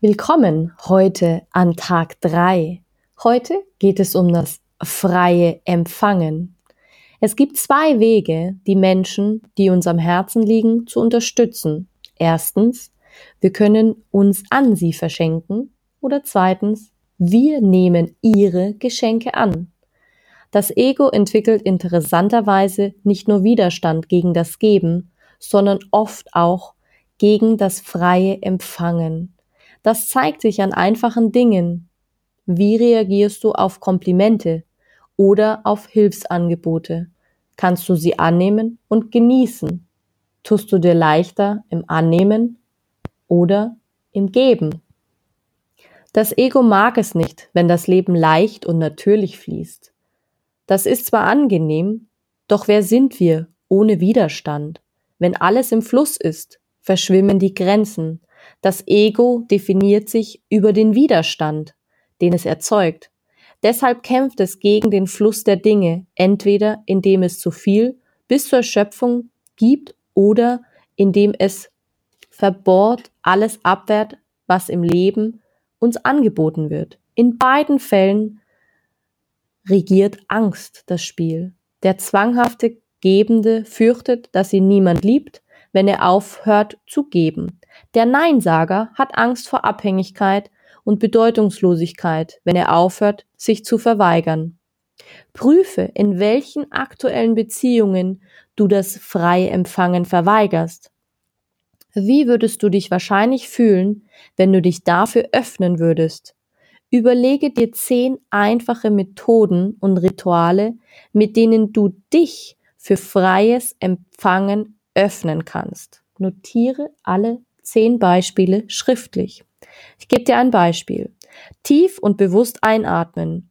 Willkommen heute an Tag 3. Heute geht es um das freie Empfangen. Es gibt 2 Wege, die Menschen, die uns am Herzen liegen, zu unterstützen. Erstens, wir können uns an sie verschenken oder zweitens, wir nehmen ihre Geschenke an. Das Ego entwickelt interessanterweise nicht nur Widerstand gegen das Geben, sondern oft auch gegen das freie Empfangen. Das zeigt sich an einfachen Dingen. Wie reagierst du auf Komplimente oder auf Hilfsangebote? Kannst du sie annehmen und genießen? Tust du dir leichter im Annehmen oder im Geben? Das Ego mag es nicht, wenn das Leben leicht und natürlich fließt. Das ist zwar angenehm, doch wer sind wir ohne Widerstand? Wenn alles im Fluss ist, verschwimmen die Grenzen. Das Ego definiert sich über den Widerstand, den es erzeugt. Deshalb kämpft es gegen den Fluss der Dinge, entweder indem es zu viel bis zur Erschöpfung gibt oder indem es verbohrt alles abwehrt, was im Leben uns angeboten wird. In beiden Fällen regiert Angst das Spiel. Der zwanghafte Gebende fürchtet, dass ihn niemand liebt, wenn er aufhört zu geben. Der Neinsager hat Angst vor Abhängigkeit und Bedeutungslosigkeit, wenn er aufhört, sich zu verweigern. Prüfe, in welchen aktuellen Beziehungen du das freie Empfangen verweigerst. Wie würdest du dich wahrscheinlich fühlen, wenn du dich dafür öffnen würdest? Überlege dir 10 einfache Methoden und Rituale, mit denen du dich für freies Empfangen öffnen kannst. Notiere alle 10 Beispiele schriftlich. Ich gebe dir ein Beispiel. Tief und bewusst einatmen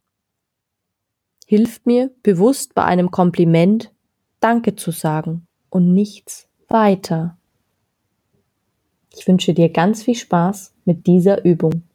hilft mir, bewusst bei einem Kompliment Danke zu sagen und nichts weiter. Ich wünsche dir ganz viel Spaß mit dieser Übung.